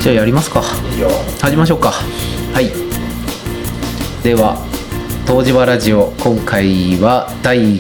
じゃあやりますか。 いいよ。 始めましょうか。はい。では東芝ラジオ、今回は第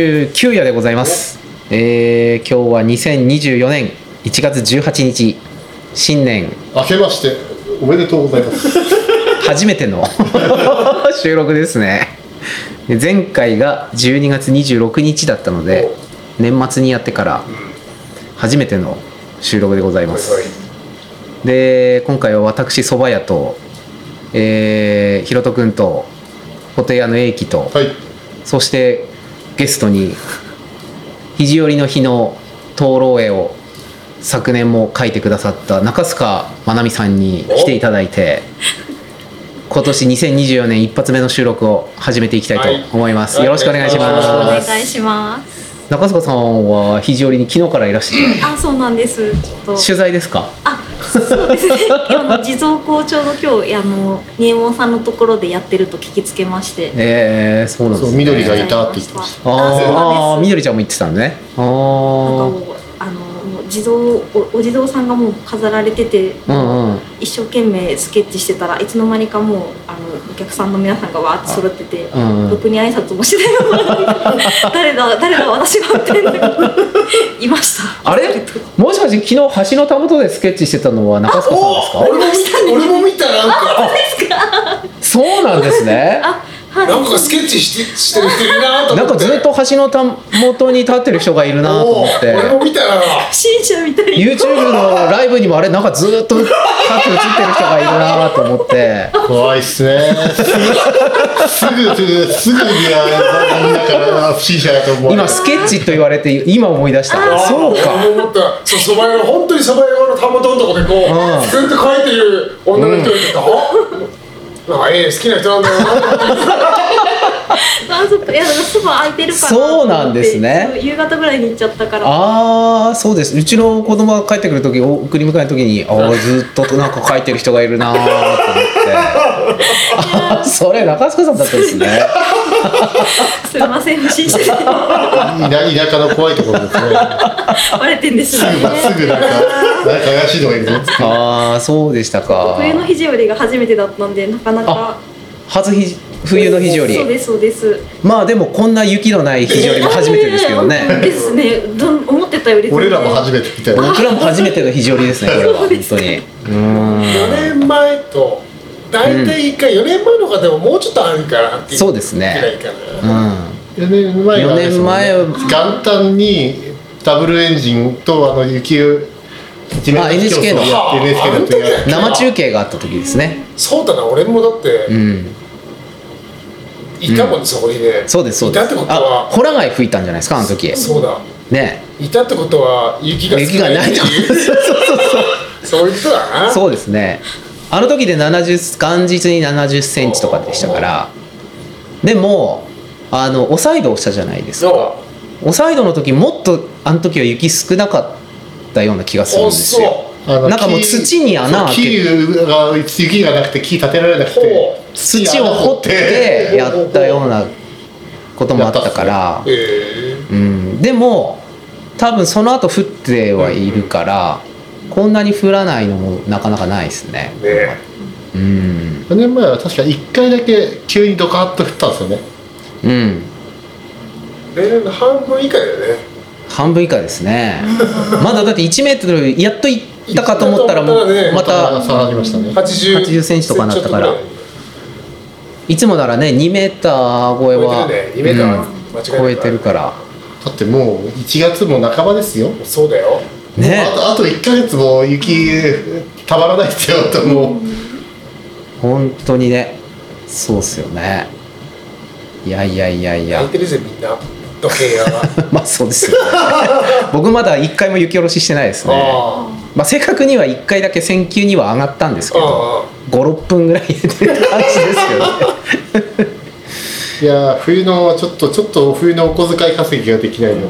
59夜でございます。今日は2024年1月18日新年明けましておめでとうございます。 初めての収録ですね。前回が12月26日だったので年末にやってから初めての収録でございます。で今回は私蕎麦屋と、ひろとくんとホテ屋の英樹と、 はい、 そしてゲストに肘折の日の灯籠絵を昨年も描いてくださった中須賀まなみさんに来ていただいて、今年2024年一発目の収録を始めていきたいと思います。よろしくお願いします。 お願いします。 中須賀さんは肘折に昨日からいらっしゃる。 あ、そうなんです。ちょっと取材ですか？ あ、そうですね。地蔵校ちょうど今日仁右衛門さんのところでやってると聞きつけまして。 そうなんですね。 緑がいたって言ってました。 ああ、緑ちゃんも言ってたんね。 なんかもうお地蔵さんがもう飾られてて、一生懸命スケッチしてたらいつの間にかもうお客さんの皆さんがわーって揃ってて、僕に挨拶もしないまま誰だ私はっていました。 あれ、もしかして昨日橋のたもとでスケッチしてたのは中須賀さんですか？ 俺も見た。なんかそうなんですね。 なんかスケッチしてる人いるなと思って、 なんかずっと橋のたもとに立ってる人がいるなと思って、 俺も見たな。 不審者みたいな。 YouTube のライブにもあれなんかずっと立って映ってる人がいるなと思って、 怖いっすね。すぐにだから不審者だと思う。 今スケッチと言われて今思い出した。そうか。 思った。そば屋の本当にそば屋のたもとのとこでこうずっと描いてる女の人がいてた。なんか好きな人なんだよな。 あ、そっか。いや、そば空いてるから。 そうなんですね。 夕方ぐらいに行っちゃったから。 ああ、そうです。うちの子供が帰ってくる時、送り迎えの時に、ずっとなんか書いてる人がいるなと思って。それ中須賀さんだったんですね。 すいません、不審者で。 田舎の怖いところですね。 バレてんですね。 すぐなんか怪しいのがいるぞ。 ああ、そうでしたか。 冬の肘折が初めてだったんで、なかなか。 冬の肘折。 そうですそうです。 まあでもこんな雪のない肘折も初めてですけどね。 ですね。思ってたより。 俺らも初めてみたいな。 僕らも初めての肘折ですね。これは本当に。 4年前と大体1回4年前の方でももうちょっとあるからっていう。 そうですね。 ぐらいかな。 4年前は 4年前元旦にダブルエンジンと雪 NHK の生中継があった時ですね。 そうだな、俺もだっていたもんね、そこにね。 そうですそうです。 いたってことはホラ貝吹いたんじゃないですか、あの時。 そうだね。 いたってことは雪が少ないっていう。そういうことだな。 そうですね。あの時で元日に70センチとかでしたから。でもおサイドをしたじゃないですか。おサイドの時もっとあの時は雪少なかったような気がするんですよ。なんかもう土に穴開けて、 雪がなくて木立てられなくて土を掘ってやったようなこともあったから、でも多分その後降ってはいるから、こんなに降らないのもなかなかないですね。 4年前は確か1回だけ急にドカッと降ったんですよね。 例年の半分以下だよね。 半分以下ですね。まだだって1メートルやっといったかと思ったらもうまた下がりましたね。 80センチとかなったから、いつもならね2メーター超えは超えてるから。 だってもう1月も半ばですよ。 そうだよね。 あと1ヶ月も雪たまらないですよともう本当にね。そうっすよね。いや泣いてるぜみんな。時計屋はまあそうですよね。僕まだ1回も雪下ろししてないですね。まあ正確には1回だけ選球には上がったんですけど、5、6分ぐらいでって感じですけどね。 いや冬のちょっと冬のお小遣い稼ぎができないの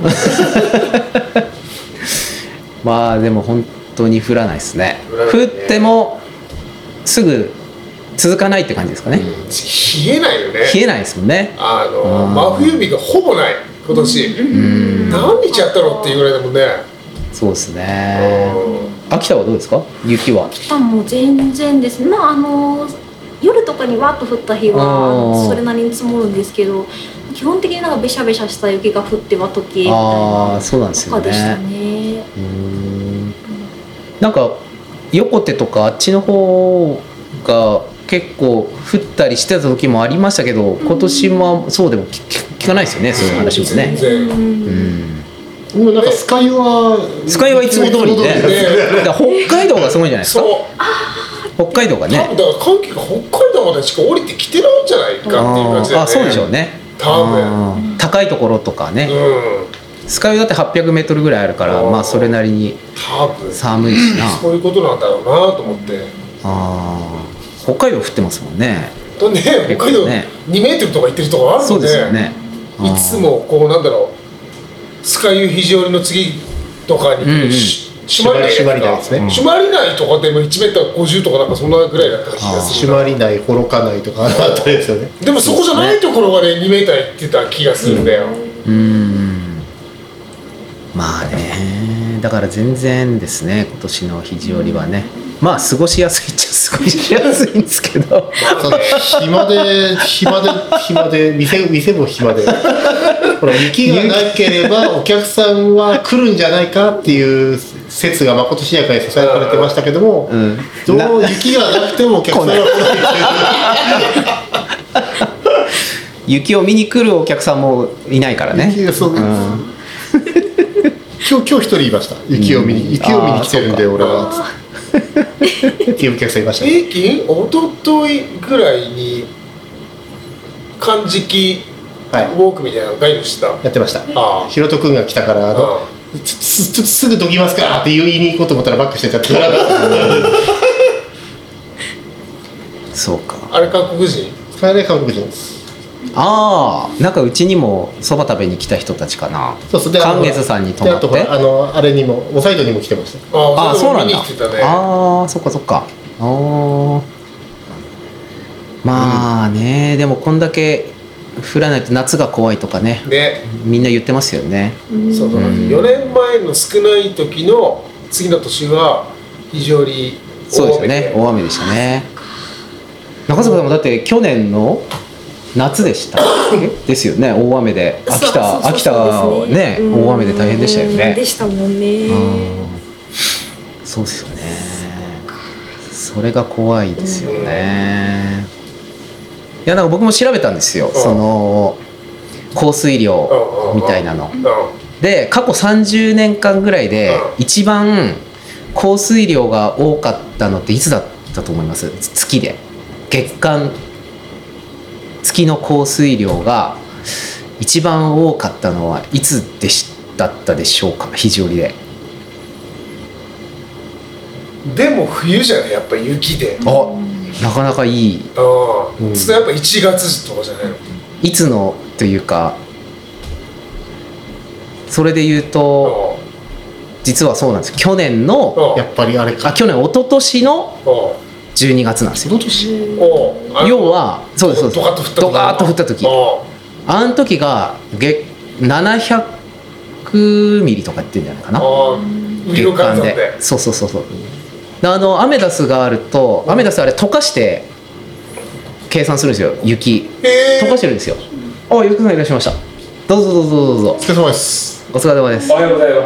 まあでも本当に降らないですね。降ってもすぐ続かないって感じですかね。 冷えないよね。 冷えないですもんね。 真冬日がほぼない今年。何日やったのっていうぐらいだもんね。 そうですね。 秋田はどうですか、雪は。 秋田も全然ですね。まあ夜とかにわーっと降った日はそれなりに積もるんですけど、基本的になんかべしゃべしゃした雪が降っては溶けみたいなそうなんですよね。 とかでしたね。 なんか横手とかあっちの方が結構降ったりしてた時もありましたけど、今年はそうでも聞かないですよね、そういう話もね。 全然もうなんかスカイはいつも通りね。だから北海道がすごいんじゃないですか。 そう北海道がね。 多分だから寒気が北海道までしか降りてきてないんじゃないかっていう感じだよね。 そうでしょうね。 多分高いところとかね。スカイだって800メートルぐらいあるから、まあそれなりに多分寒いしな。 そういうことなんだろうなと思って。 北海道降ってますもんね。 北海道2メートルとか行ってるところあるそので、 うですよね。 いつもこうなんだろう、スカイ肘折の次とかに朱鞠内ですね。 朱鞠内とかでも1メートル50とかなんかそんなぐらいだった気がする。 朱鞠内、幌加内とかあったですよね。 でもそこじゃないところがね2メーター行ってた気がするんだよ。 まあね、だから全然ですね、今年の肘折はね、まあ過ごしやすいっちゃ過ごしやすいんですけど暇で店も暇でほら雪がなければお客さんは来るんじゃないかっていう説がまことしやかにささやかれてましたけども、どう雪がなくてもお客さんは来ない雪を見に来るお客さんもいないからね。 今日一人いました。雪を見に来てるんで俺はっていうお客さんいましたね。 一昨日ぐらいに漢字記ウォークみたいなのガイドしてた、 やってました。 あひろとくんが来たからすぐどきますかって言いに行こうと思ったらバックしてたってそうか。 あれ韓国人？ あれ韓国人です。 なんかうちにもそば食べに来た人たちかな。 そう寒月さんに泊まって。 であとあれにもおサイドにも来てました。 そうなんだ。 見に来てたね。 そっかそっか。まあね、でもこんだけ降らないと夏が怖いとかね、みんな言ってますよね。 そうだね。4年前の少ない時の次の年は非常にそうですよね、大雨でしたね。中坂さんもだって去年の夏でしたですよね、大雨で秋田ね、大雨で大変でしたよね。 でしたもんね。 そうですよね。それが怖いですよね。いや、なんか僕も調べたんですよ、その降水量みたいなので、過去30年間ぐらいで一番降水量が多かったのっていつだったと思います？月で月の降水量が一番多かったのはいつだったでしょうか、肘折で。 でも冬じゃない、やっぱ雪で。 なかなかいい。 それやっぱ1月とかじゃないの？ いつのというか、それで言うと実はそうなんです。去年のやっぱりあれか。 去年一昨年の12月なんですよ。要はそうですドカッと降った時、あの時が700ミリとか言ってるんじゃないかな、月間で。そうアメダスがあると、アメダスあれ溶かして計算するんですよ、雪溶かしてるんですよ。ゆうくんがいらっしゃいました。どうぞ。 お疲れ様です。 お疲れ様です。 おはようございます。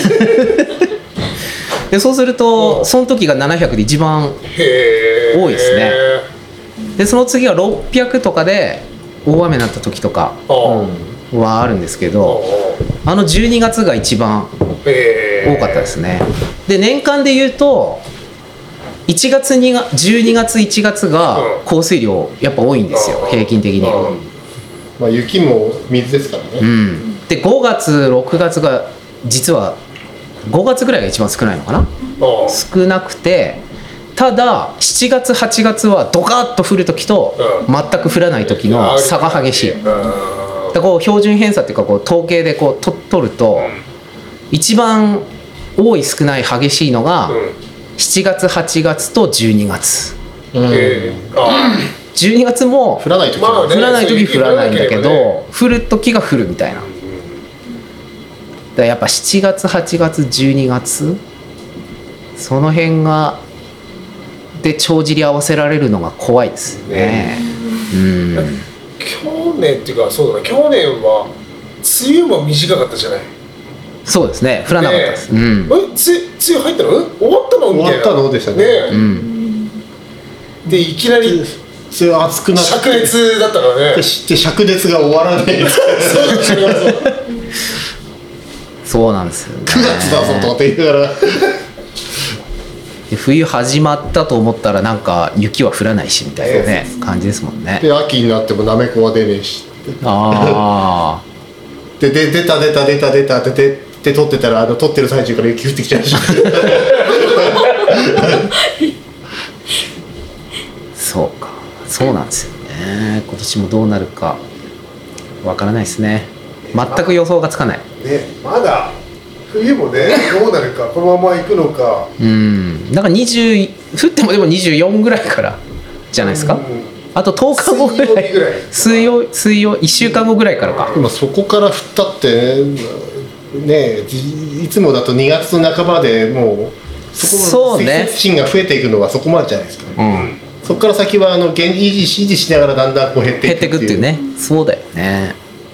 でそうするとその時が700で一番多いですね。でその次が600とかで大雨になった時とかはあるんですけど、12月が一番多かったですね。で年間で言うと1月12月1月が降水量やっぱ多いんですよ、平均的に。 まあ雪も水ですからね。 で5月6月が実は5月ぐらいが一番少ないのかな。少なくて、ただ7月8月はドカッと降る時と全く降らない時の差が激しい。でこう標準偏差っていうか統計で取ると一番多い少ない激しいのが7月8月と12月。12月も降らない時降らない時降らないんだけど、降る時が降るみたいな。だからやっぱ7月8月12月その辺がで帳尻合わせられるのが怖いですね。 去年っていうか、そうだね、去年は梅雨も短かったじゃない。 そうですね、降らなかったです。 梅雨入ったの？終わったのみたいな。 終わったのでしたね。 でいきなりそれ熱くなって灼熱だったからね。 で灼熱が終わらないですそうなんですよね。 9月だぞとって言いながらで冬始まったと思ったらなんか雪は降らないしみたいなね、感じですもんね。 で秋になってもなめこは出ねえしあで出たって撮ってたら撮ってる最中から雪降ってきちゃうしそうか、そうなんですよね。今年もどうなるかわからないですね。全く予想がつかない。 ね、まだ冬もね、どうなるか、このまま行くのか。 なんか20降ってもでも24ぐらいからじゃないですか。あと10日後ぐらい、水曜1週間後ぐらいからか。 今そこから降ったってね、いつもだと2月の半ばでもうそうね、 積雪深が増えていくのはそこまでじゃないですか。そこから先は維持しながらだんだんこう減っていくっていうね。そうだよね。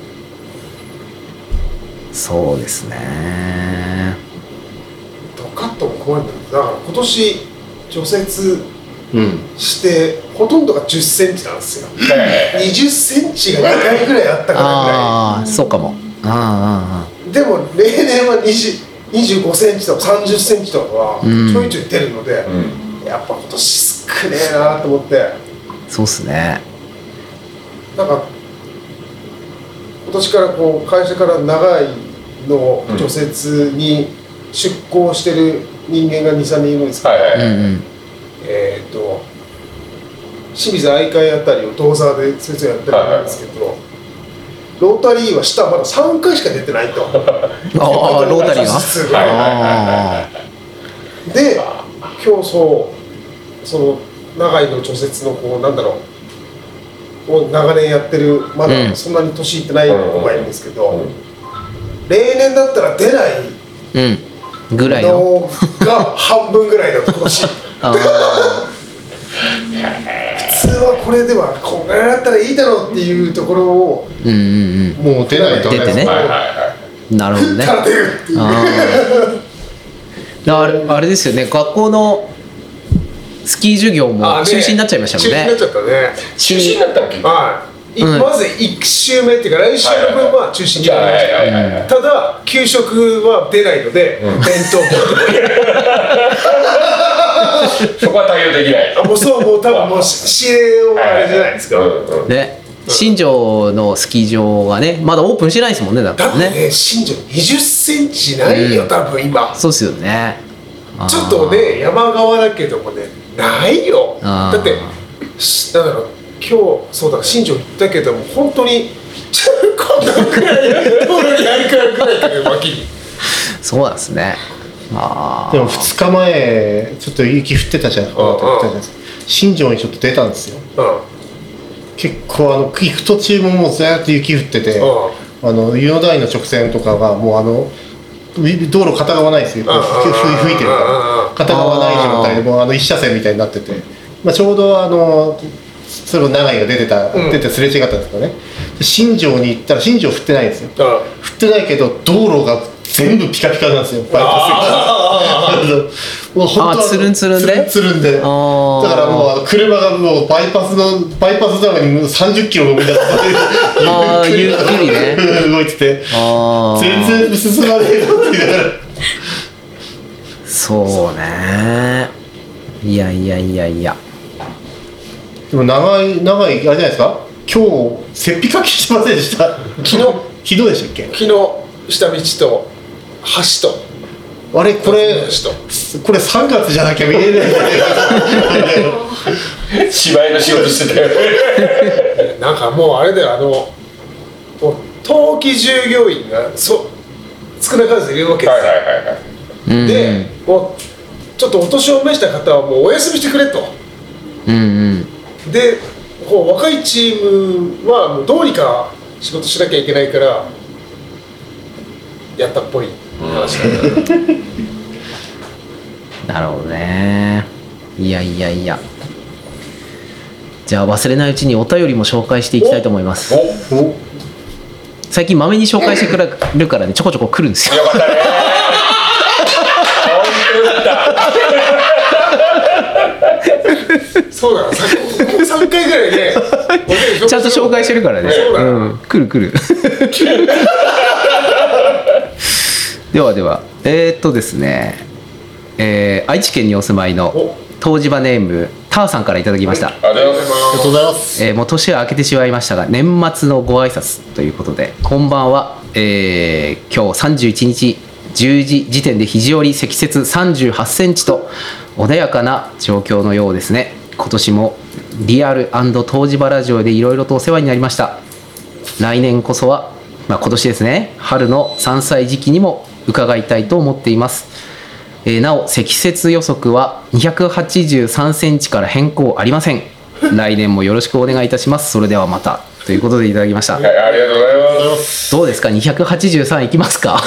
そうですね。 ドカッとも怖いんだけど、だから今年除雪して、ほとんどが10センチなんですよ。20センチが2回ぐらいあったからぐらい。 ああ、そうかも。 でも例年は25センチとか30センチとかはちょいちょい出るので、やっぱ今年少ねえなと思って。 そうっすね。 なんか今年からこう会社から長いの除雪に出向してる人間が 2,3 人いるんですけど、清水愛海あたりを銅座で除雪やってるんですけど、ロータリーは下まだ3回しか出てないと。 ああ、ロータリーはで、今日その長井の除雪のこうなんだろうを長年やってる、まだそんなに年いってない子がいるんですけど、例年だったら出ないぐらいのが半分ぐらいだと今年。普通はこれではこんぐらいだったらいいだろうっていうところを、もう出ないと出てね。なるほどね。 から出るっていう。 あれですよね、学校のスキー授業も中止になっちゃいましたもんね。 中止になっちゃったね。 中止になったっけ？ はい。まず1週目っていうか来週の分は中止になりました。ただ給食は出ないので弁当持ってこい。 そこは対応できない。 もう多分もう指令をあれじゃないですか。 ね、新庄のスキー場がねまだオープンしてないですもんね。だってね、新庄20センチないよ多分今。 そうですよね。 ちょっとね山側だけどもねないよ。だってなんだろう、今日そうだ新庄行ったけども本当にこんなくらい道路にあるからぐらいだけど脇に。 そうなんですね。 でも2日前ちょっと雪降ってたじゃないですか。新庄にちょっと出たんですよ。結構行く途中ももうずっと雪降ってて、湯の台の直線とかがもう道路片側ないですよ。吹いてるから片側ない状態でもう1車線みたいになってて、ちょうどその長井が出てすれ違ったんですかね。新庄に行ったら新庄降ってないんですよ。降ってないけど道路が全部ピカピカなんですよ。バイパスがもう本当はつるんつるんでだからもう車がもうバイパスなのに30キロもみ出すゆっくりね動いてて全然進まねえぞって言いながら。 そうね。いやでも長いあれじゃないですか。今日雪ぴかきしてませんでした？昨日でしたっけ？ 昨日下道と橋とあれこれ3月じゃなきゃ見えない芝居の仕事してたよ。 なんかもうあれだよ、冬季従業員が少なからずいるわけですよ。でもうちょっとお年を召した方はもうお休みしてくれと。でこう若いチームはもうどうにか仕事しなきゃいけないからやったっぽい話だった。 なるほどね。いやいやいや、じゃあ忘れないうちにお便りも紹介していきたいと思います。 お、 最近まめに紹介してくれるからね、ちょこちょこ来るんですよ。 よかったね。本当よかった。 そうだ、ここ3回ぐらいねちゃんと紹介してるからね。 そうだな、 うん、来る。ではでは、ですね、愛知県にお住まいの湯治場ネームターさんからいただきました。 ありがとうございます。 ありがとうございます。 もう年は明けてしまいましたが、年末のご挨拶ということで、こんばんは。今日31日10時時点で肘折積雪38センチと穏やかな状況のようですね。今年もリアル&湯治場ラジオでいろいろとお世話になりました。来年こそは、今年ですね、春の山菜時期にも伺いたいと思っています。なお積雪予測は283センチから変更ありません。来年もよろしくお願いいたします。それではまたということでいただきました。 はい、ありがとうございます。 どうですか、283いきますか。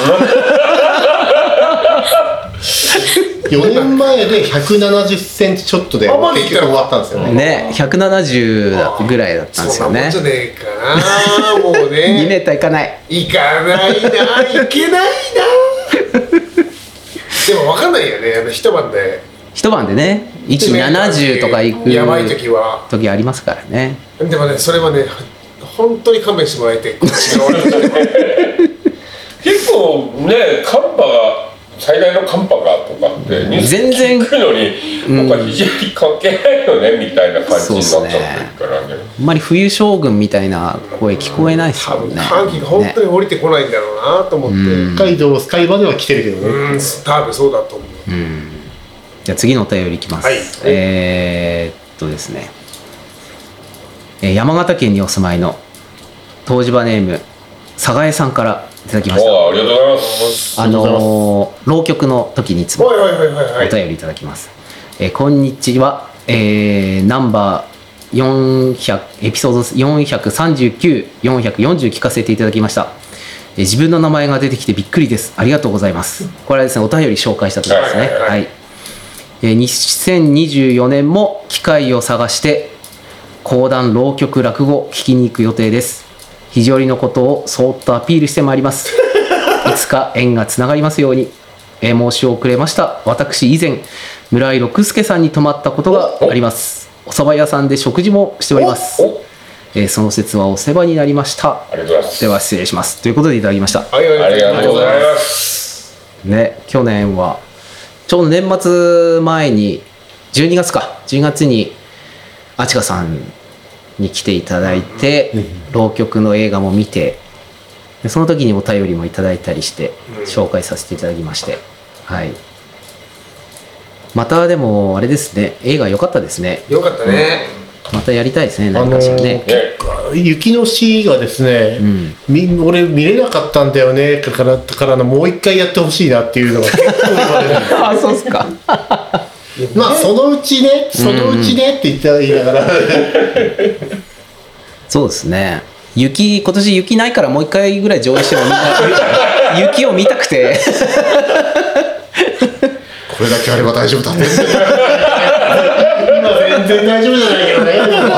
4年前で170センチちょっとであまだいったの結局終わったんですよね。 ね、170ぐらいだったんですよねそんなもんじゃ。ねえかなもう 2 ねメーターいかない。 いかないないけないなでも分かんないよね、一晩で一晩でね、170とかいくやばい時は。 時ありますからね。 でもね、それはね本当に勘弁してもらえて、こっちが悪い結構ね、寒波が最大の寒波がとかってニュース全然聞くのに、僕は非常に関係ないよねみたいな感じになっちゃってるからね。 あんまり冬将軍みたいな声聞こえないです多分もんね。 寒気が本当に降りてこないんだろうなと思って、 北海道スカイバでは来てるけどね。 多分そうだと思う。 じゃあ次のお便りいきます。 はいですね、山形県にお住まいの湯治場ネーム寒河江さんからいただきました。 ありがとうございます。 浪曲の時にいつもはいはいはいはいはいお便りいただきます。こんにちは、ナンバー400エピソード439、440聞かせていただきました。自分の名前が出てきてびっくりです。ありがとうございます。これはですね、お便り紹介した時ですね。 はいはい。2024年も機会を探して講談、浪曲、落語聞きに行く予定です。肘折のことをそーっとアピールしてまいります。いつか縁がつながりますように。申し遅れました。私以前村井六輔さんに泊まったことがあります。お蕎麦屋さんで食事もしております。その説はお世話になりました。 ありがとうございます。 では失礼しますということでいただきました。 はいはいありがとうございます。 ね、去年はちょうど年末前に12月にあちかさんに来ていただいて、浪曲の映画も見て、でその時にお便りもいただいたりして紹介させていただきまして、はい。またでもあれですね、映画良かったですね。 よかったね。 またやりたいですね、何かしらね。 ね、 雪のシーがですね、俺見れなかったんだよねからのもう一回やってほしいなっていうのが結構言われる。 あ、そうっすか。 まあそのうちねって言いながらそうですね。今年雪ないからもう一回ぐらい上映してもみんな雪を見たくてこれだけあれば大丈夫だって今全然大丈夫じゃないけどね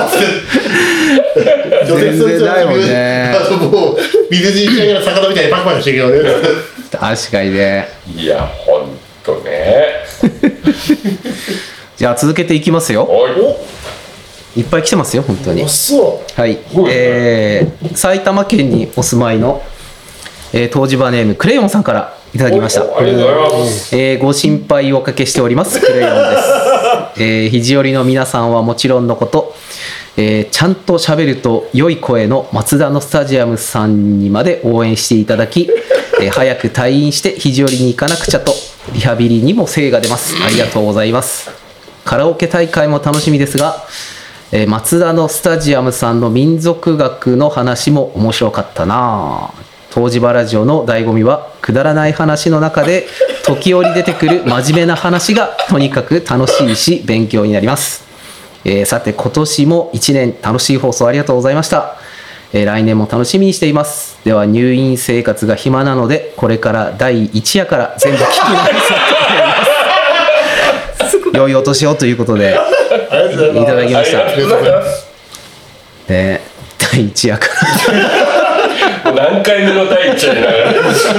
全然ないもんね。 もう水にしながら魚みたいにパクパクしてるけどね。 確かにね。 いや、ほんとね。 じゃあ続けていきますよ。 おい、 いっぱい来てますよ、本当に。 そはい。埼玉県にお住まいの、湯治場ネームクレヨンさんからいただきました。 ありがとうございます。 ご心配をおかけしておりますクレヨンです。肘折の皆さんはもちろんのこと、ちゃんと喋ると良い声の松田のスタジアムさんにまで応援していただき、早く退院して肘折に行かなくちゃとリハビリにも精が出ます。ありがとうございます。カラオケ大会も楽しみですが、松田のスタジアムさんの民族学の話も面白かったな。湯治場ラジオの醍醐味はくだらない話の中で時折出てくる真面目な話がとにかく楽しいし勉強になります。さて今年も1年楽しい放送ありがとうございました。来年も楽しみにしています。では入院生活が暇なのでこれから第1夜から全部聞き直そうと思います。 良いお年をということでありがとうございます。 いただきましたありがとうございますで第1夜から何回目の第一夜になる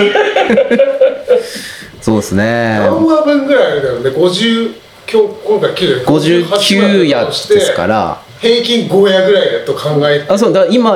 そうですね何話分ぐらいあるんだよね。50今回 59夜ですから平均5夜ぐらいだと考えて。 あそうだ今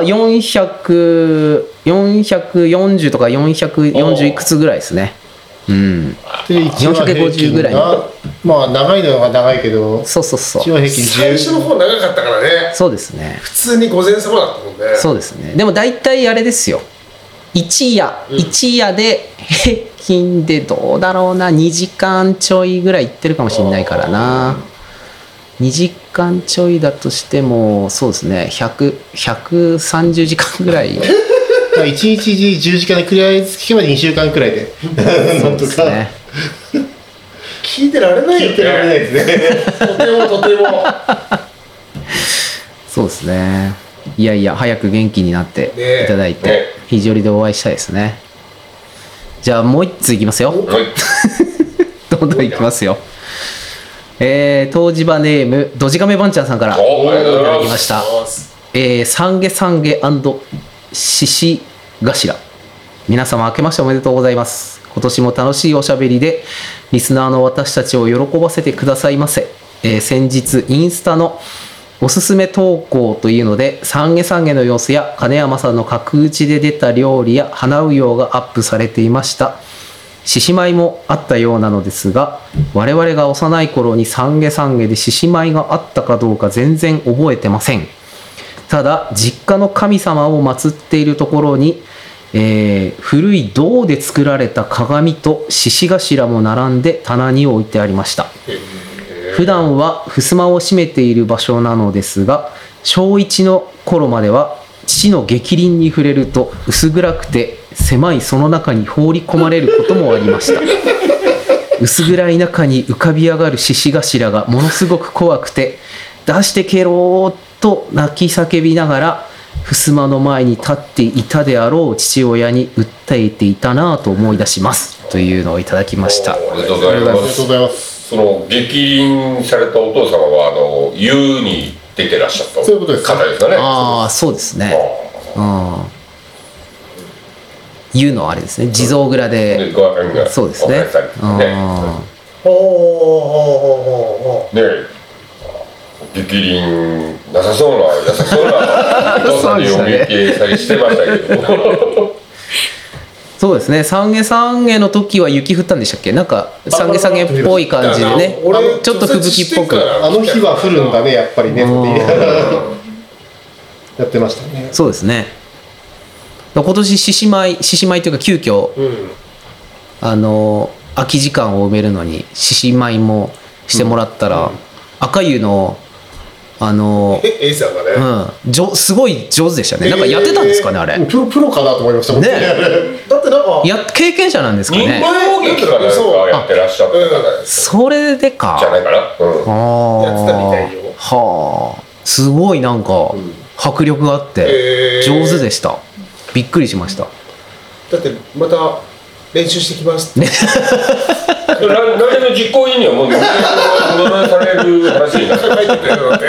440とか440いくつぐらいですねうんで一応平 450 均ぐらいがまあ長いのが長いけど、 そうそうそう一応平均最初の 10。 方長かったからね。 そうですね普通に午前様だったもんね。 そうですねでも大体あれですよ1夜で平均でどうだろうな2時間ちょいぐらいいってるかもしれないからな2時間ちょいだとしてもそうですね130時間ぐらい 1日10時間でクリア聞けば2週間くらいでなんとかね聞いてられないよね。 聞いてられないですね。 とてもとても。 そうですねいやいや早く元気になっていただいて、 ね肘折でお会いしたいですねじゃあもう一ついきますよはいどんどんいきますよ東芝ネームドジカメバンチャーさんからいおありがとうございまただきますしたサンゲサンゲ獅子頭皆様明けましておめでとうございます今年も楽しいおしゃべりでリスナーの私たちを喜ばせてくださいませ、先日インスタのおすすめ投稿というのでサンゲサンゲの様子や金山さんの角打ちで出た料理や花うようがアップされていました獅子舞もあったようなのですが我々が幼い頃にサンゲサンゲで獅子舞があったかどうか全然覚えてませんただ実家の神様を祀っているところに、古い銅で作られた鏡と獅子頭も並んで棚に置いてありました普段は襖を閉めている場所なのですが小1の頃までは父の逆鱗に触れると薄暗くて狭いその中に放り込まれることもありました薄暗い中に浮かび上がる獅子頭がものすごく怖くて出してけろーと泣き叫びながら襖の前に立っていたであろう父親に訴えていたなぁと思い出しますというのをいただきましたありがとうございありがますとうございます。 その激鱗されたお父様は湯に出てらっしゃったそういうことです方ですかねああそうですね湯のあれですね地蔵蔵でご赤身がそうですねお返しされてねほうほうほうほうほう。 ね激鱗なさそうな優しそうなお父さんにお見受けさりしてましたけどそうですねサンゲサンゲの時は雪降ったんでしたっけなんかサンゲサンゲっぽい感じでね俺ちょっと吹雪っぽくあの日は降るんだねやっぱりねって言いながらやってましたね。 そうですね今年獅子舞というか急遽空き時間を埋めるのに獅子舞もしてもらったら、赤湯の A さんがね。 すごい上手でしたねなんかやってたんですかねあれプロかなと思いましたもんねだってなんか経験者なんですか人ね形劇かなんかやってらっしゃった方ですそれでかじゃないかなあーやってたみたいよはあすごいなんか迫力があって上手でしたびっくりしましただってまた練習してきますって。 来年の実行委員にはもう戻らされる話になって書いてたよだって。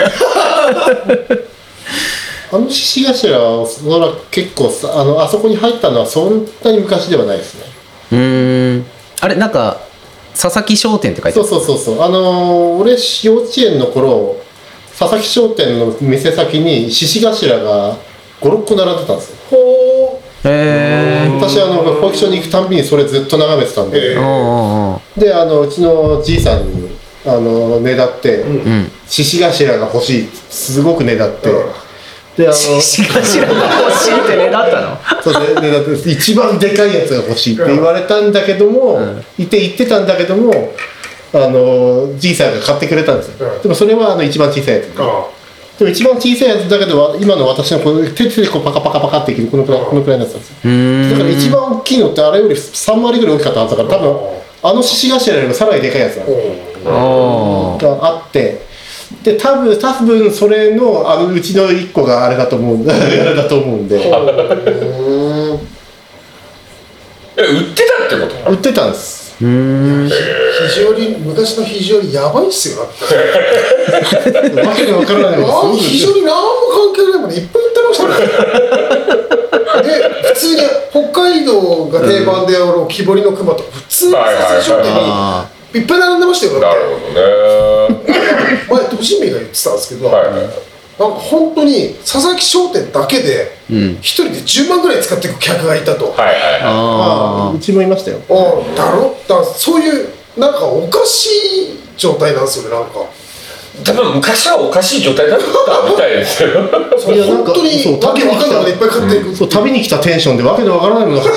あの獅子頭はそら結構あそこに入ったのはそんなに昔ではないですね。 あれなんか佐々木商店って書いてあるそう俺幼稚園の頃佐々木商店の店先に獅子頭が56個並んでたんですよ。 ほへえ私保育所に行くたんびにそれずっと眺めてたんで、でうちのじいさんにねだって獅子頭が欲しいすごくねだって、で獅子頭が欲しいってねだったのそうねだって一番でかいやつが欲しいって言われたんだけども、言ってたんだけどもじいさんが買ってくれたんですよ、でもそれは一番小さいやつで、でも一番小さいやつだけど今の私のこの手でこうパカパカパカっていけるこのくらいのやつなんですよ。だから一番大きいのってあれより3割ぐらい大きかったはずだから多分獅子頭よりもさらにでかいやつなんですよがあってで多分それのうちの1個があれだと思うんで売ってたってこと売ってたんです。 非肘折昔の肘折やばいっすよだってわけがわからないのです肘折何も関係ないもんねいっぱい言ってましたねで普通に北海道が定番である木彫りの熊とか普通に撮影商店にいっぱい並んでましたよだなってるほどね。 前としみが言ってたんですけど、 はいなんか本当に佐々木商店だけで一人で10万ぐらい使っていく客がいたと、 はいはいはあうちもいましたよ。 だからそういうなんかおかしい状態なんですよねなんかい。多分昔はおかしい状態だったみたいですよ。 それ本当にわけわかんないものいっぱい買っていくそう旅に来たテンションでわけのわからないものが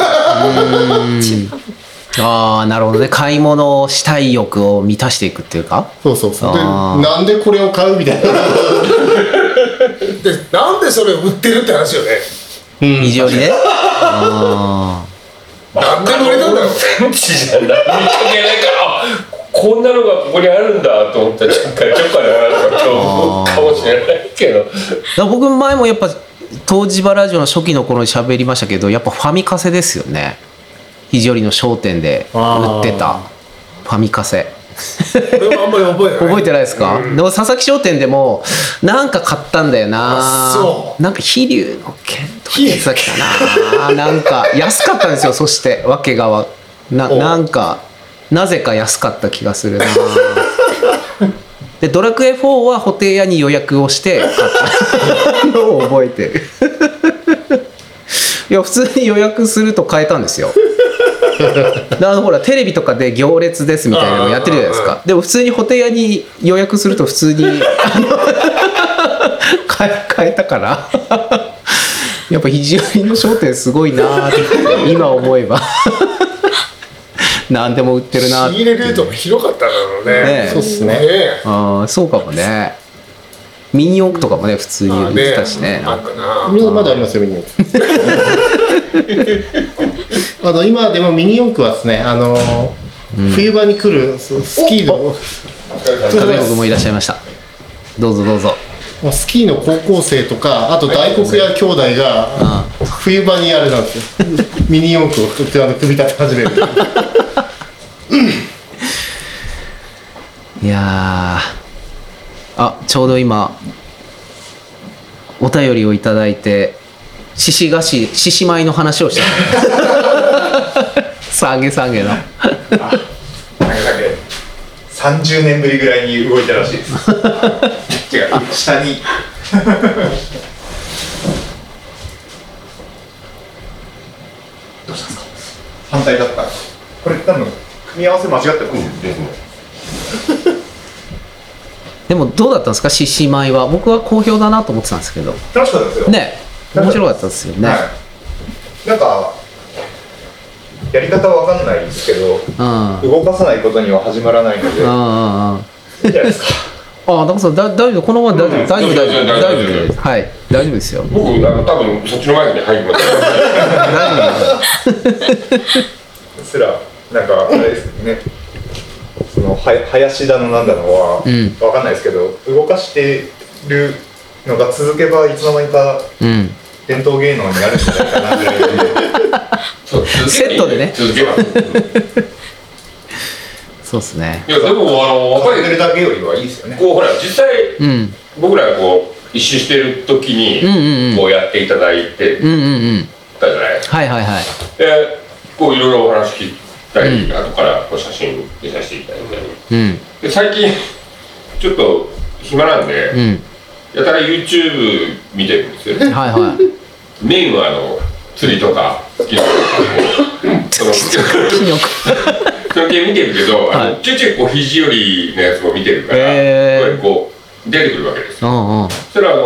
あ、なるほどね。買い物をしたい欲を満たしていくっていうか。 そうそうそうであーなんでこれを買うみたいなでなんでそれを売ってるって話よね肘折ね。あなんで売れたんだろうセンチじゃない見かけないからあこんなのがここにあるんだと思ったらちょっかなとか思うかもしれないけど。 あ。僕前もやっぱ東芝ラジオの初期の頃に喋りましたけど、やっぱファミカセですよね。肘折の商店で売ってたファミカセ。 俺はあんまり覚えない覚えてないですか？でも佐々木商店でもなんか買ったんだよな。 あそうなんか飛龍の剣とかやつだっけかな。なんか安かったんですよ。そして訳がなんかなぜか安かった気がするな。でドラクエ4はホテイヤに予約をして買ったのを覚えてる。いや普通に予約すると買えたんですよ。ほらテレビとかで行列ですみたいなのやってるじゃないですか。でも普通にホテイヤに予約すると普通に買えたからやっぱ肘折の商店すごいなって今思えば何でも売ってるなって。 仕入れルートも広かったんだろうねねえそうっすねああそうかもね。ミニ四駆とかもね普通に売ってたしね。 なんかなまだありますよミニ四駆今でもミニ四駆はですね冬場に来るスキーの風子君もいらっしゃいました。どうぞどうぞ。 スキーの高校生とかあと大黒屋兄弟が冬場にあれなんですよミニ四駆を組み立て始めるいやちょうど今お便りをいただいて獅子舞の話をした下げのなんか30年ぶりぐらいに動いたらしいです違う下にどうしたんですか反対だったこれ多分組み合わせ間違ってますですね。 でもどうだったんですか獅子舞は。僕は好評だなと思ってたんですけど楽しかったですよね面白かったですよね、 はい、なんかやり方は分かんないですけどうん動かさないことには始まらないのでいいんじゃないですかだからそう大丈夫このまま大丈夫大丈夫ですはい大丈夫ですよ僕多分そっちの前に入ります。 大丈夫すらなんかあれですねその林だのなんだのは分かんないですけど、動かしてるのが続けばいつの間にか伝統芸能になるんじゃないかなぐらいでそうセットでね続けます。 そうですねいやでもやっぱり数えてるだけよりはいいですよね。 こうほら実際、僕らがこう一周してる時にこうやっていただいてたじゃないですか。 はいはいはいでこういろいろお話聞いたり、後からこう写真見させていただいたり、で最近ちょっと暇なんで、やたら YouTube 見てるんですよね。 はいはいメインは釣りとか好きなその系見てるけど、ちょいちょいこう肘折のやつも見てるから、こう出てくるわけですよ。そしたら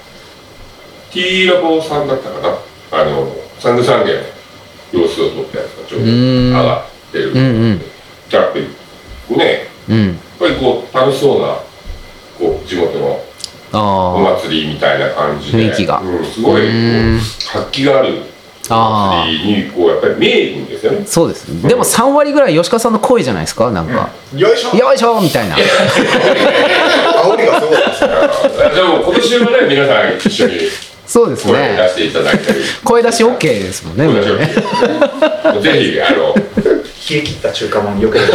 T ラボさんだったかなサングサンゲの様子を撮ったやつがちょうど上がってるじゃあやっぱりねやっぱりこう楽しそうなこう地元のお祭りみたいな感じで雰囲気がすごい活気があるお祭りにこうやっぱり見えるんですよね。 そうですでも3割ぐらい吉川さんの声じゃないですか。なんかよいしょよいしょみたいな煽りがすごいですね。 でも今年はね皆さん一緒にそうです声出ねしていただいたり声出し OK ですもんね声出し OK ぜひ冷え切った中華まんよくやる。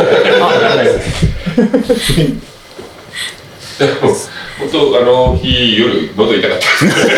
でも本当日夜喉痛かった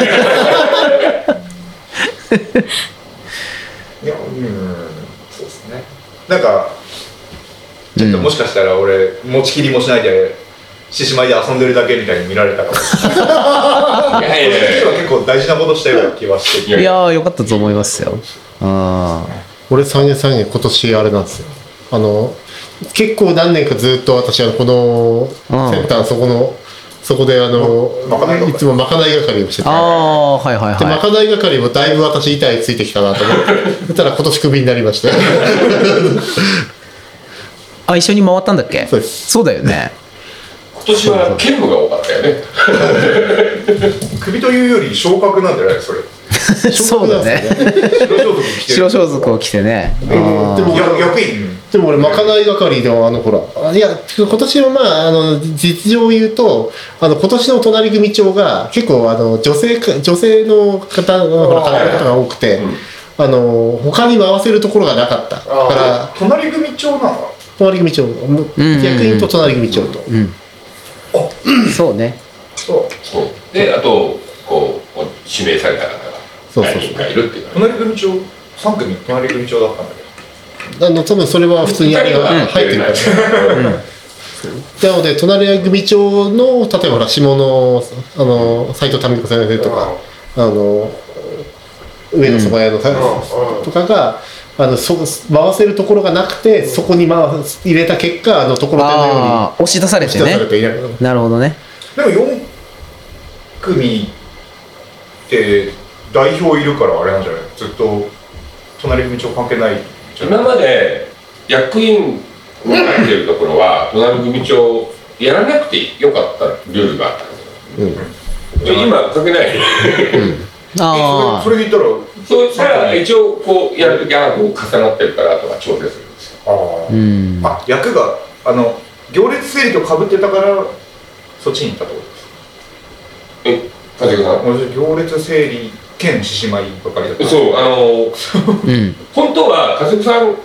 いや、そうですね。なんかちょっともしかしたら俺持ちきりもしないで獅子舞で遊んでるだけみたいに見られたかも。 いやいやいや結構大事なことしたような気はしてて。 いやーよかったと思いますよ。 俺三軒今年あれなんですよ。結構何年かずっと私このセンターそこでいつもまかない係をしてて、 はいはいはい。 でまかない係もだいぶ私板についてきたなと思ってそしたら今年クビになりまして一緒に回ったんだっけ？ そうです。 そうだよね。 今年は兼務が多かったよね。 首というより昇格なんじゃないそれ。 そうだね。白装束を着てね。 でも役員。 でも俺まかない係でもほらいや今年は実情を言うと今年の隣組長が結構女性の方が多くて、他に回せるところがなかったから隣組長なの？ 隣組長役員と隣組長と、 そうね。 そうであとこう指名された方が何人かいるっていう。 隣組長3組隣組長だったんだけど。 多分それは普通にあれが入ってるから、なので隣組長の例えばほら下の斉藤民子先生とか上野そば屋のとかが回せるところがなくてそこに入れた結果ところてんのように押し出されてね。なるほどね。 でも4組って代表いるからあれなんじゃない？ずっと隣組長関係ない。 今まで役員になってるところは隣組長やらなくてよかったルールがあったんですよ。今関係ない。 それで言ったらそれは一応こうやるときは重なってるからとか調整するんですよ。 役が行列整理と被ってたからそっちに行ったってことですか？ 梶さん。 行列整理兼獅子舞ばかりだった。 そう本当は梶さん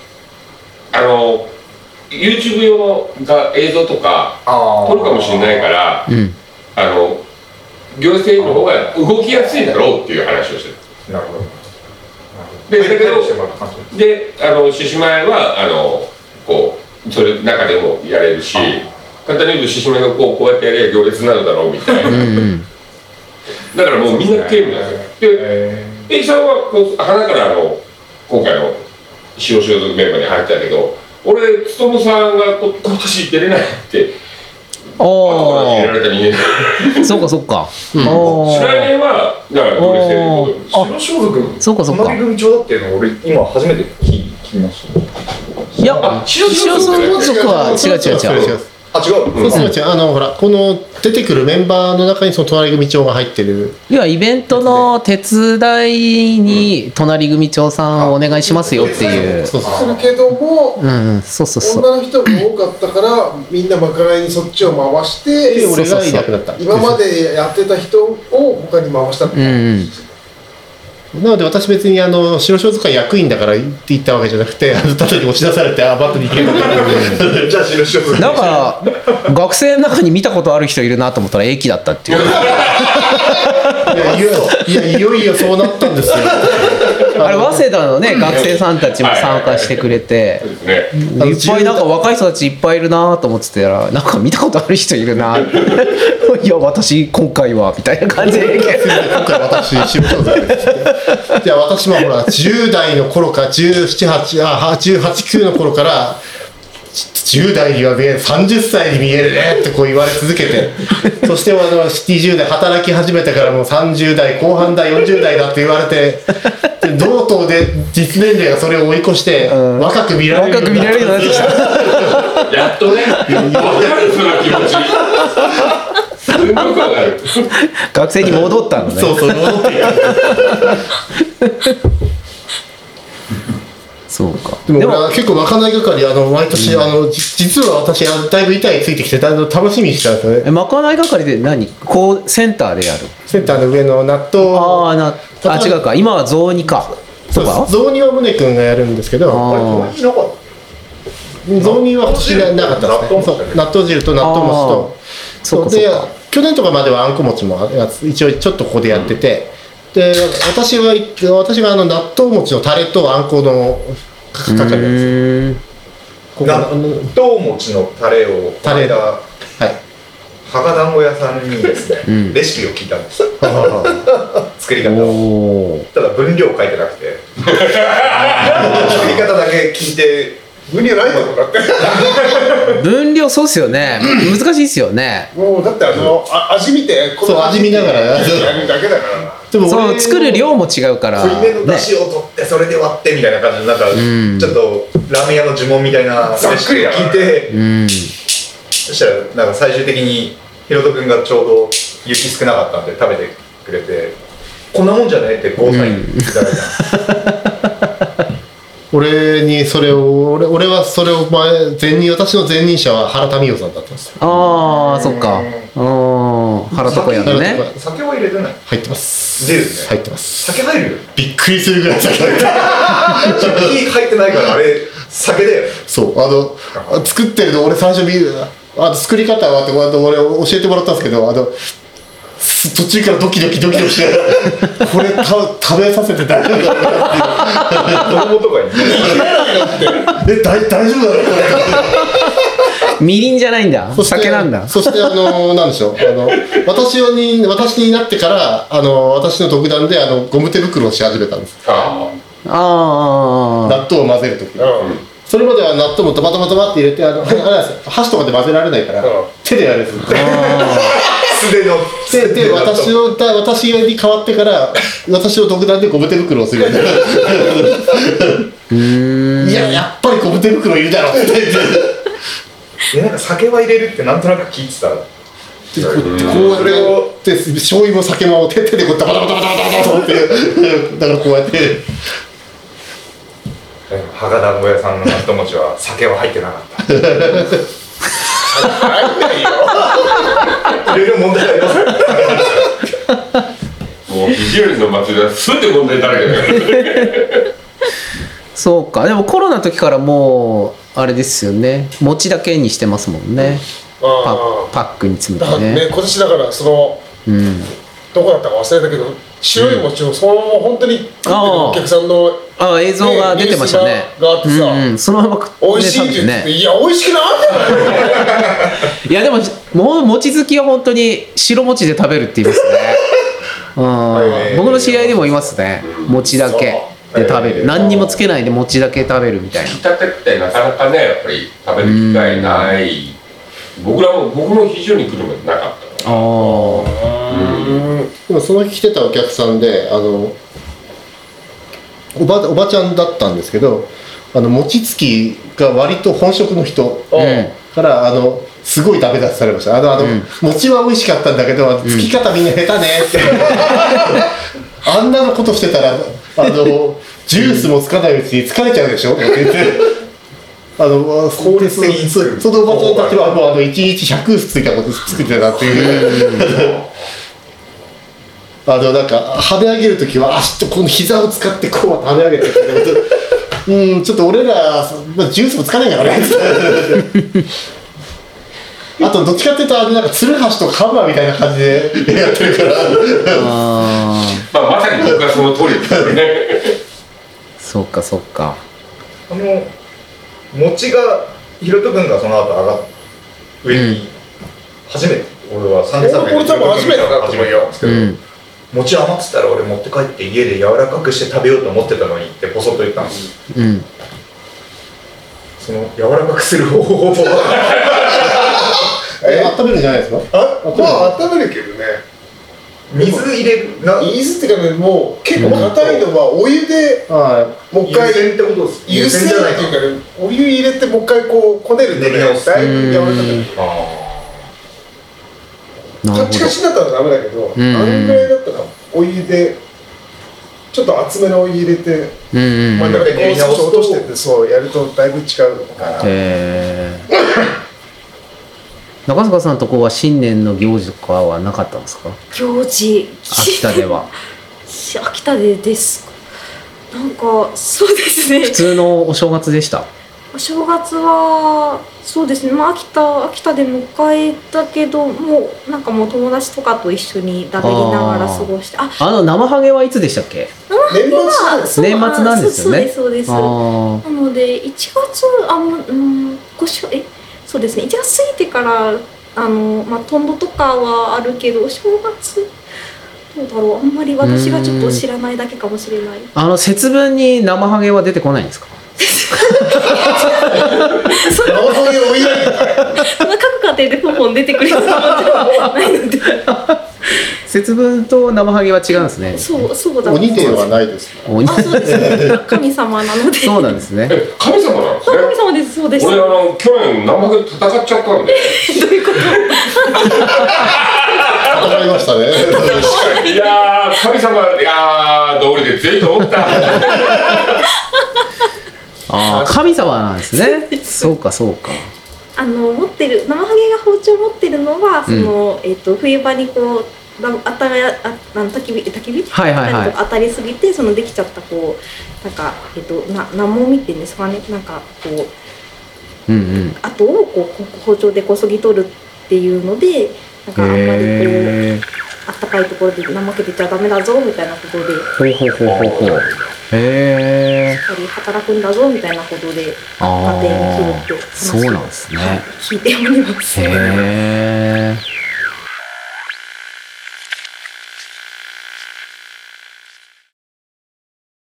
YouTube 用の映像とか撮るかもしれないから行政の方が動きやすいだろうっていう話をしてる。 なるほど。 でだけど獅子舞はこうそれ中でもやれるし、簡単に言うと獅子舞がこうやってやれば行列になるだろうみたいな。だからもうみんなゲームなんですよ。で、Aさんは花から今回の白装束メンバーに入ったけど、俺勉さんが今年出れないって後から入れられた人間。 そうかそうか。 来年はだから行列で白装束そうかそうか。 隣組長だっていうの俺今初めて聞きました。 いや白装束は違う。 違う。 ほらこの出てくるメンバーの中にその隣組長が入ってる。 要はイベントの手伝いに隣組長さんをお願いしますよっていう。 するけども、 そう女の人が多かったからみんなまかないにそっちを回して俺がいなくなった。 今までやってた人を他に回したって。 なので私別に白装束役員だからって言ったわけじゃなくてただに押し出されてバットに行けるじゃあ白装束だから学生の中に見たことある人いるなと思ったら駅だったっていういよいよそうなったんですよあれ早稲田のね学生さんたちも参加してくれていっぱいなんか若い人たちいっぱいいるなと思ってたらなんか見たことある人いるないや私今回はみたいな感じで今回私白装束ですじゃあ私もほら10代の頃から18、9の頃から10代には見える30歳に見えるねってこう言われ続けてそして20代働き始めてからもう30代後半だ40代だって言われて同等で実年齢がそれを追い越して、若く見られるようになってきたやっとね分かるその気持ちすごく分かる学生に戻ったのねそう戻っていくそうかでも俺は結構まかない係毎年実は私だいぶ板についてきて楽しみにしてたんですよね。 まかない係でこうセンターでやるセンターの上の納豆違うか今は雑煮かそう雑煮は宗君がやるんですけどいなかった雑煮は今年なかったですね。そう納豆汁と納豆餅と、で去年とかまではあんこ餅も一応ちょっとここでやってて、で私が納豆餅のタレとあんこのかかるやつ。 納豆餅のタレをタレはい、博団子屋さんにですね、レシピを聞いたんです作り方を。ただ分量書いてなくて作り方だけ聞いて、 分量ないだろうだって分量そうっすよね、難しいっすよね。 もうだって味見て、 そう味見ながらやるだけだから。 でもそう作る量も違うから濃いめの出汁を取ってそれで割ってみたいな感じで、なんかちょっとラーメン屋の呪文みたいなレシピを聞いて、そしたらなんか最終的にひろとくんがちょうど雪少なかったんで食べてくれて、こんなもんじゃねってゴーサインいただいた。 俺はそれを私の前任者は原民生さんだったんですよ。 ああそっか、原床屋のね。 酒は入れてない？ 入ってます。 出るね。 入ってます。 酒入るよ。 びっくりするぐらい酒入って火入ってないからあれ酒だよ。 そう作ってるの俺最初見る作り方はって俺教えてもらったんですけど、途中からドキドキしてこれ食べさせて大丈夫だろうな子供とかに大丈夫だろうみりんじゃないんだ、酒なんだ。 そしてなんでしょう、私になってから私の独断でゴム手袋をし始めたんです。納豆を混ぜるとき、それまでは納豆もドバドバドバって入れて箸とかで混ぜられないから手でやるんです。で私に変わってから私の独断でゴム手袋をするようになる。いややっぱりゴム手袋いるだろって言って。 なんか酒は入れるってなんとなく聞いてた。 こうやって醤油も酒も手でこうダバダバダバダバってだからこうやって。 博団子屋さんの納豆餅は酒は入ってなかった。 入んないよ。 いろいろ問題あります。 もう肘折の祭りはすべて問題だらけだよ。 そうか、でもコロナの時からもうあれですよね、餅だけにしてますもんね。パックに詰めてね。 今年だからどこだったか忘れたけど、白い餅をそのまま本当に食ってるお客さんの映像が出てましたね。 があってさ、 そのまま食って美味しいって言って、いや美味しくないいやでも餅好きは本当に白餅で食べるって言いますね。僕の知り合いでもいますね、餅だけで食べる、何にもつけないで餅だけ食べるみたいな。 引き立てってなかなかね、やっぱり食べる機会ない。僕も非常に来るまでなかった。 でもその日来てたお客さんでおばちゃんだったんですけど、餅つきが割と本職の人からすごいダメ出しされました。餅は美味しかったんだけどつき方みんな下手ねってあんなのことしてたらジュースもつかないうちに疲れちゃうでしょって言って効率的に作る。 そのおばちゃんたちはもう1日100薄ついたこと作ってたっていうなんか跳ね上げるときは足とこの膝を使ってこう跳ね上げてちょっと俺らジュースもつかないんだからねあとどっちかっていうとなんかツルハシとかハンマーみたいな感じでやってるからまさに僕はその通りですよね。 そうかそうか。 餅がひろとくんがその後上に初めて、俺は3年3 俺多分初めてだと思うよ。 餅余ってたら俺持って帰って家で柔らかくして食べようと思ってたのにってポソッと言ったんです。その柔らかくする方法は温めるんじゃないですか？ 温めるけどね。 水入れる水っていうかね、もう結構硬いのはお湯でもう一回湯煎ってことです。 湯煎っていうかね、お湯入れてもう一回こうこねるとね、だいぶ柔らかくなる。カチカチだったらダメだけど、あんぐらいだったらお湯でちょっと厚めのお湯入れて真ん中でこう少し落としてってそうやるとだいぶ違うから。 中塚さんのとこは新年の行事とかはなかったんですか？ 行事秋田では秋田でですか？なんかそうですね、 普通のお正月でした。 お正月はそうですね、まあ、秋田で迎えたけど、もうなんかもう友達とかと一緒にだべりながら過ごして、 生ハゲはいつでしたっけ？ 年末年末なんですよね。 そうです。なので1月そうですね、1月過ぎてからまあトンボとかはあるけど、お正月どうだろう、あんまり私がちょっと知らないだけかもしれない。 節分に生ハゲは出てこないんですか？ 各家庭でポンポン出てくるようなものじゃないので節分と生ハゲは違うんですね。 そうだ。 鬼ではないですか？ そうですね。神様なので。 そうなんですね。 神様なんですね。 神様です。そうです。 俺去年生ハゲと戦っちゃったんで。 どういうこと？ 戦いましたね。 いやー、神様、道理でぜひと思った。 神様なんですね。そうか。 持ってる生ハゲが包丁持ってるのは冬場にこう焚き火当たりすぎてできちゃったこうなんかナモミっていうんですかね、なんかこう後をこう包丁でこそぎ取るっていうので、なんかあんまりこうあったかいところで怠けてちゃダメだぞみたいなことで。やっぱり働くんだぞみたいなことで家庭に来るってそうなんですね。 聞いております。